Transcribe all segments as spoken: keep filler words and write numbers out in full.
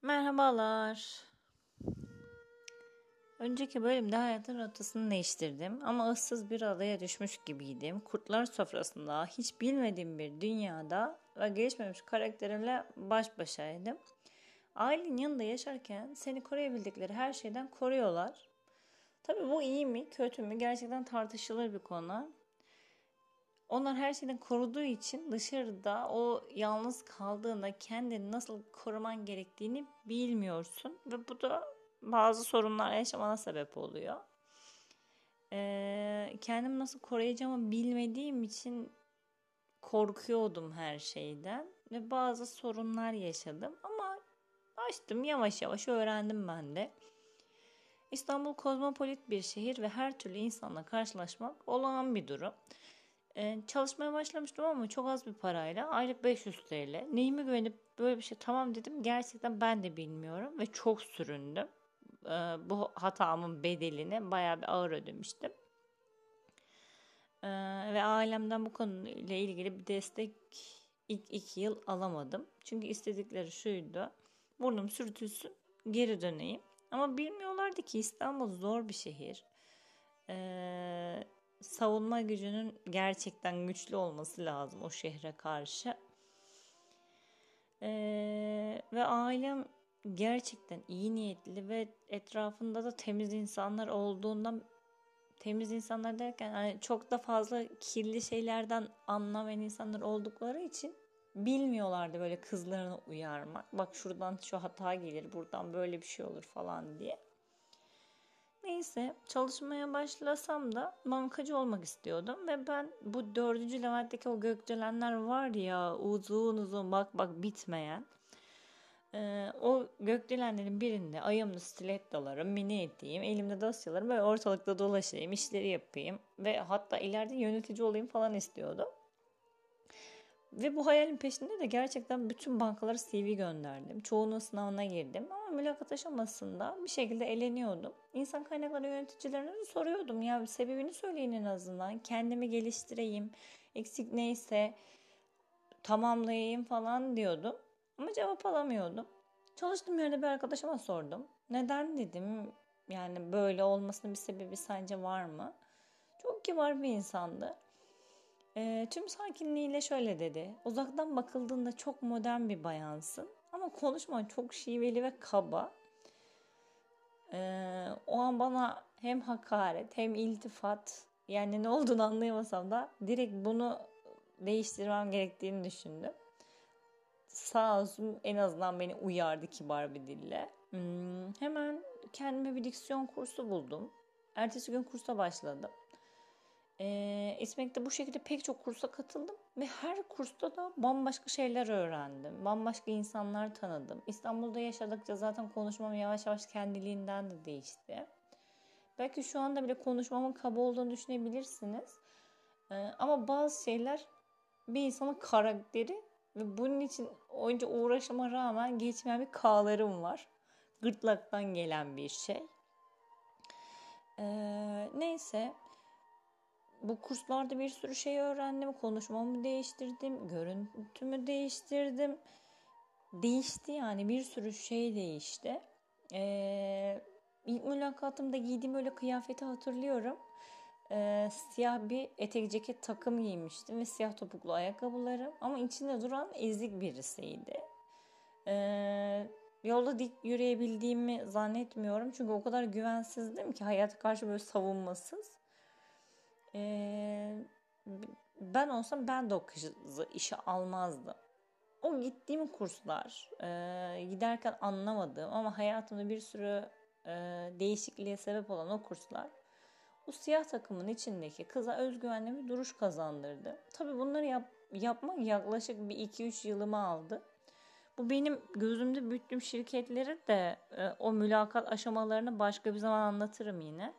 Merhabalar. Önceki bölümde hayatın rotasını değiştirdim ama ıssız bir adaya düşmüş gibiydim. Kurtlar sofrasında hiç bilmediğim bir dünyada ve gelişmemiş karakterimle baş başaydım. Ailenin yanında yaşarken seni koruyabildikleri her şeyden koruyorlar. Tabii bu iyi mi kötü mü gerçekten tartışılır bir konu. Onlar her şeyden koruduğu için dışarıda o yalnız kaldığında kendini nasıl koruman gerektiğini bilmiyorsun. Ve bu da bazı sorunlar yaşamana sebep oluyor. Ee, kendimi nasıl koruyacağımı bilmediğim için korkuyordum her şeyden. Ve bazı sorunlar yaşadım ama açtım yavaş yavaş öğrendim ben de. İstanbul kozmopolit bir şehir ve her türlü insanla karşılaşmak olağan bir durum. Ee, çalışmaya başlamıştım ama çok az bir parayla. Aylık beş yüz T L. Neyime güvenip böyle bir şey tamam dedim. Gerçekten ben de bilmiyorum ve çok süründüm. Ee, bu hatamın bedelini bayağı bir ağır ödemiştim. Ee, ve ailemden bu konuyla ilgili bir destek ilk iki yıl alamadım. Çünkü istedikleri şuydu. Burnum sürtülsün, geri döneyim. Ama bilmiyorlardı ki İstanbul zor bir şehir. Ee, savunma gücünün gerçekten güçlü olması lazım o şehre karşı. Ee, ve ailem gerçekten iyi niyetli ve etrafında da temiz insanlar olduğundan, temiz insanlar derken hani çok da fazla kirli şeylerden anlamayan insanlar oldukları için bilmiyorlardı böyle kızlarını uyarmak. Bak şuradan şu hata gelir, buradan böyle bir şey olur falan diye. Neyse çalışmaya başlasam da bankacı olmak istiyordum ve ben bu dördüncü Levent'teki o gökdelenler var ya uzun uzun bak bak bitmeyen. Ee, o gökdelenlerin birinde ayağımda stilettolarım, mini eteğim, elimde dosyalarım böyle ortalıkta dolaşayım, işleri yapayım ve hatta ileride yönetici olayım falan istiyordum. Ve bu hayalin peşinde de gerçekten bütün bankalara C V gönderdim. Çoğunun sınavına girdim ama mülakat aşamasında bir şekilde eleniyordum. İnsan kaynakları yöneticilerine de soruyordum ya sebebini söyleyin en azından. Kendimi geliştireyim, eksik neyse tamamlayayım falan diyordum. Ama cevap alamıyordum. Çalıştığım yerde bir arkadaşıma sordum. Neden dedim yani böyle olmasının bir sebebi sence var mı? Çok kibar bir insandı. E, tüm sakinliğiyle şöyle dedi. Uzaktan bakıldığında çok modern bir bayansın. Ama konuşman çok şiveli ve kaba. E, o an bana hem hakaret hem iltifat yani ne olduğunu anlayamasam da direkt bunu değiştirmem gerektiğini düşündüm. Sağ olsun en azından beni uyardı kibar bir dille. Hmm, hemen kendime bir diksiyon kursu buldum. Ertesi gün kursa başladım. E, İSMEK'te bu şekilde pek çok kursa katıldım ve her kursta da bambaşka şeyler öğrendim. Bambaşka insanlar tanıdım. İstanbul'da yaşadıkça zaten konuşmam yavaş yavaş kendiliğinden de değişti. Belki şu anda bile konuşmamın kaba olduğunu düşünebilirsiniz. E, ama bazı şeyler bir insanın karakteri ve bunun için önce uğraşıma rağmen geçmeyen bir K'larım var. Gırtlaktan gelen bir şey. E, neyse. Bu kurslarda bir sürü şey öğrendim. Konuşmamı değiştirdim. Görüntümü değiştirdim. Değişti yani bir sürü şey değişti. Ee, ilk mülakatımda giydiğim öyle kıyafeti hatırlıyorum. Ee, siyah bir etek ceket takım giymiştim ve siyah topuklu ayakkabılarım. Ama içinde duran ezik birisiydi. Ee, yolda dik yürüyebildiğimi zannetmiyorum. Çünkü o kadar güvensizdim ki hayata karşı böyle savunmasız. Ee, ben olsam ben de o kızı işe almazdım. O gittiğim kurslar, e, giderken anlamadığım ama hayatımda bir sürü e, değişikliğe sebep olan o kurslar, o siyah takımın içindeki kıza özgüvenli bir duruş kazandırdı. Tabii bunları yap, yapmak yaklaşık bir iki üç yılımı aldı. Bu benim gözümde büyüttüğüm şirketleri de e, o mülakat aşamalarını başka bir zaman anlatırım yine.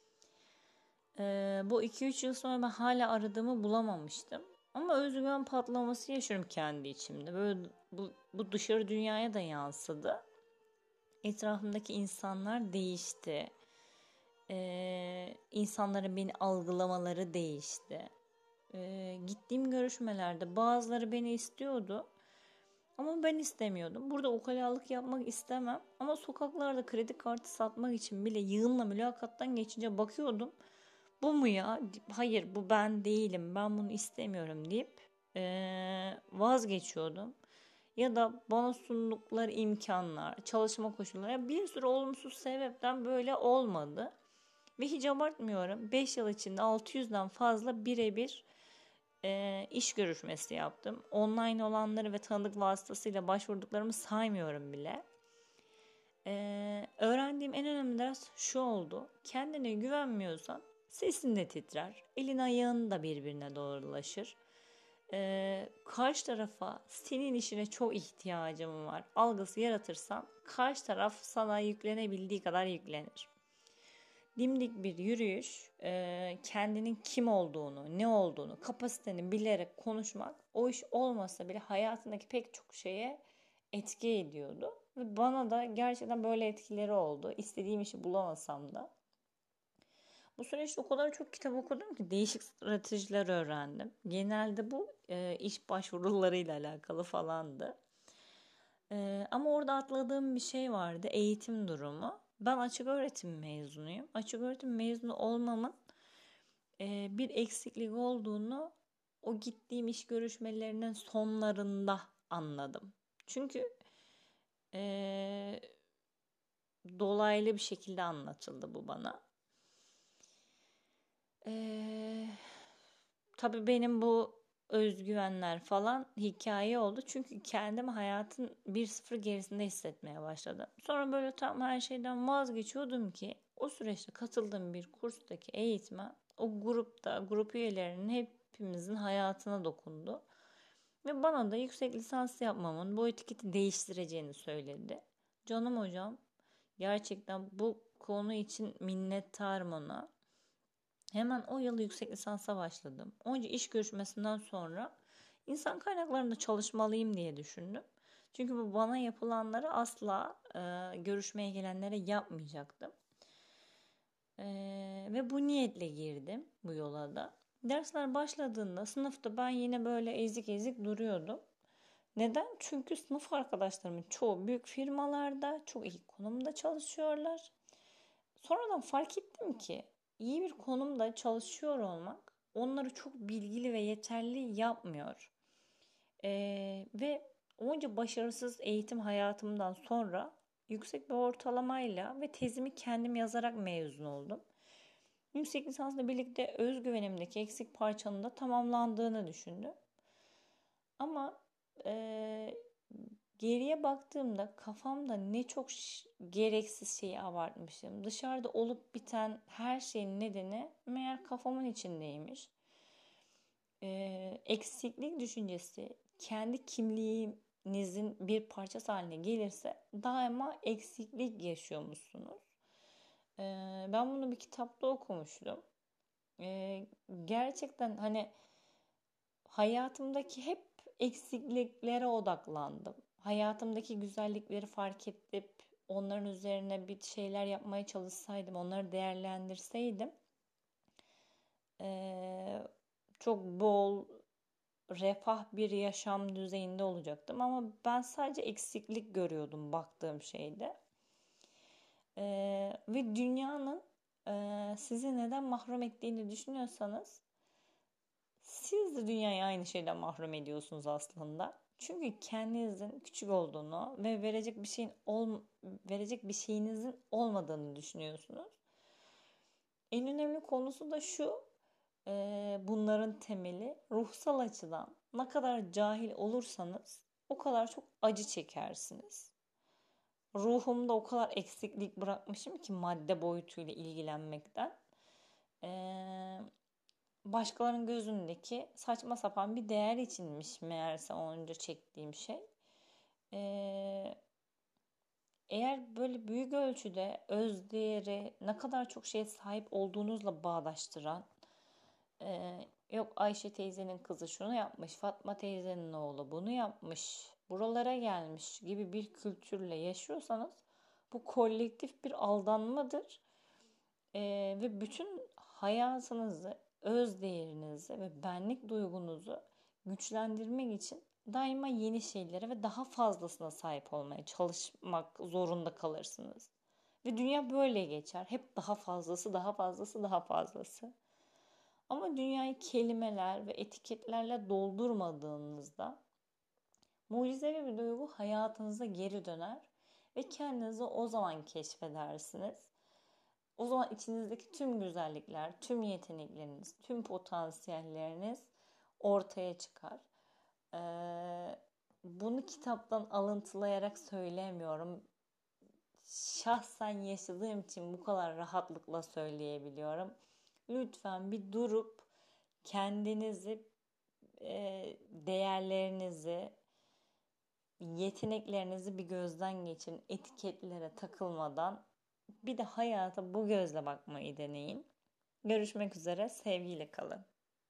Ee, bu iki üç yıl sonra ben hala aradığımı bulamamıştım. Ama özgüven patlaması yaşıyorum kendi içimde. Böyle bu, bu dışarı dünyaya da yansıdı. Etrafımdaki insanlar değişti. Ee, insanların beni algılamaları değişti. Ee, gittiğim görüşmelerde bazıları beni istiyordu. Ama ben istemiyordum. Burada ukalalık yapmak istemem. Ama sokaklarda kredi kartı satmak için bile yığınla mülakattan geçince bakıyordum. Bu mu ya? Hayır, bu ben değilim. Ben bunu istemiyorum deyip ee, vazgeçiyordum. Ya da bana sundukları imkanlar, çalışma koşulları, bir sürü olumsuz sebepten böyle olmadı. Ve hiç abartmıyorum, beş yıl içinde altı yüzden fazla birebir e, iş görüşmesi yaptım. Online olanları ve tanıdık vasıtasıyla başvurduklarımı saymıyorum bile. E, öğrendiğim en önemli ders şu oldu. Kendine güvenmiyorsan sesin de titrer. Elin ayağın da birbirine doğrulaşır. E, karşı tarafa senin işine çok ihtiyacım var algısı yaratırsan karşı taraf sana yüklenebildiği kadar yüklenir. Dimdik bir yürüyüş, e, kendinin kim olduğunu, ne olduğunu, kapasiteni bilerek konuşmak o iş olmasa bile hayatındaki pek çok şeye etki ediyordu. Ve bana da gerçekten böyle etkileri oldu. İstediğim işi bulamasam da. Bu süreçte o kadar çok kitap okudum ki değişik stratejiler öğrendim. Genelde bu e, iş başvurularıyla alakalı falandı. E, ama orada atladığım bir şey vardı, eğitim durumu. Ben açık öğretim mezunuyum. Açık öğretim mezunu olmamın e, bir eksiklik olduğunu o gittiğim iş görüşmelerinin sonlarında anladım. Çünkü e, dolaylı bir şekilde anlatıldı bu bana. E, tabii benim bu özgüvenler falan hikaye oldu. Çünkü kendimi hayatın bir sıfır gerisinde hissetmeye başladım. Sonra böyle tam her şeyden vazgeçiyordum ki o süreçte katıldığım bir kurstaki eğitmen o grupta grup üyelerinin hepimizin hayatına dokundu. Ve bana da yüksek lisans yapmamın bu etiketi değiştireceğini söyledi. Canım hocam, gerçekten bu konu için minnettarım ona. Hemen o yıl yüksek lisansa başladım. Onca iş görüşmesinden sonra insan kaynaklarında çalışmalıyım diye düşündüm. Çünkü bu bana yapılanları asla e, görüşmeye gelenlere yapmayacaktım. E, ve bu niyetle girdim bu yola da. Dersler başladığında sınıfta ben yine böyle ezik ezik duruyordum. Neden? Çünkü sınıf arkadaşlarımın çoğu büyük firmalarda çok iyi konumda çalışıyorlar. Sonradan fark ettim ki iyi bir konumda çalışıyor olmak onları çok bilgili ve yeterli yapmıyor. Ee, ve onca başarısız eğitim hayatımdan sonra yüksek bir ortalamayla ve tezimi kendim yazarak mezun oldum. Yüksek lisansla birlikte özgüvenimdeki eksik parçanın da tamamlandığını düşündüm. Ama e, geriye baktığımda kafamda ne çok ş- gereksiz şeyi abartmışım. Dışarıda olup biten her şeyin nedeni meğer kafamın içindeymiş. Ee, eksiklik düşüncesi kendi kimliğinizin bir parçası haline gelirse daima eksiklik yaşıyormuşsunuz. Ee, ben bunu bir kitapta okumuştum. Ee, gerçekten hani hayatımdaki hep eksikliklere odaklandım. Hayatımdaki güzellikleri fark edip onların üzerine bir şeyler yapmaya çalışsaydım, onları değerlendirseydim ee, çok bol, refah bir yaşam düzeyinde olacaktım. Ama ben sadece eksiklik görüyordum baktığım şeyde. Ee, ve dünyanın e, sizi neden mahrum ettiğini düşünüyorsanız siz de dünyayı aynı şeyden mahrum ediyorsunuz aslında. Çünkü kendinizin küçük olduğunu ve verecek bir şeyin ol, verecek bir şeyinizin olmadığını düşünüyorsunuz. En önemli konusu da şu. e, bunların temeli ruhsal açıdan ne kadar cahil olursanız o kadar çok acı çekersiniz. Ruhumda o kadar eksiklik bırakmışım ki madde boyutuyla ilgilenmekten. Eee başkalarının gözündeki saçma sapan bir değer içinmiş meğerse onca çektiğim şey. Ee, eğer böyle büyük ölçüde öz değeri ne kadar çok şeye sahip olduğunuzla bağdaştıran e, yok Ayşe teyzenin kızı şunu yapmış, Fatma teyzenin oğlu bunu yapmış, buralara gelmiş gibi bir kültürle yaşıyorsanız bu kolektif bir aldanmadır. Ee, ve bütün hayatınızı, öz değerinizi ve benlik duygunuzu güçlendirmek için daima yeni şeylere ve daha fazlasına sahip olmaya çalışmak zorunda kalırsınız. Ve dünya böyle geçer. Hep daha fazlası, daha fazlası, daha fazlası. Ama dünyayı kelimeler ve etiketlerle doldurmadığınızda mucizevi bir duygu hayatınıza geri döner ve kendinizi o zaman keşfedersiniz. O zaman içinizdeki tüm güzellikler, tüm yetenekleriniz, tüm potansiyelleriniz ortaya çıkar. Ee, bunu kitaptan alıntılayarak söylemiyorum. Şahsen yaşadığım için bu kadar rahatlıkla söyleyebiliyorum. Lütfen bir durup kendinizi, e, değerlerinizi, yeteneklerinizi bir gözden geçirin. Etiketlere takılmadan bir de hayata bu gözle bakmayı deneyin. Görüşmek üzere, sevgiyle kalın.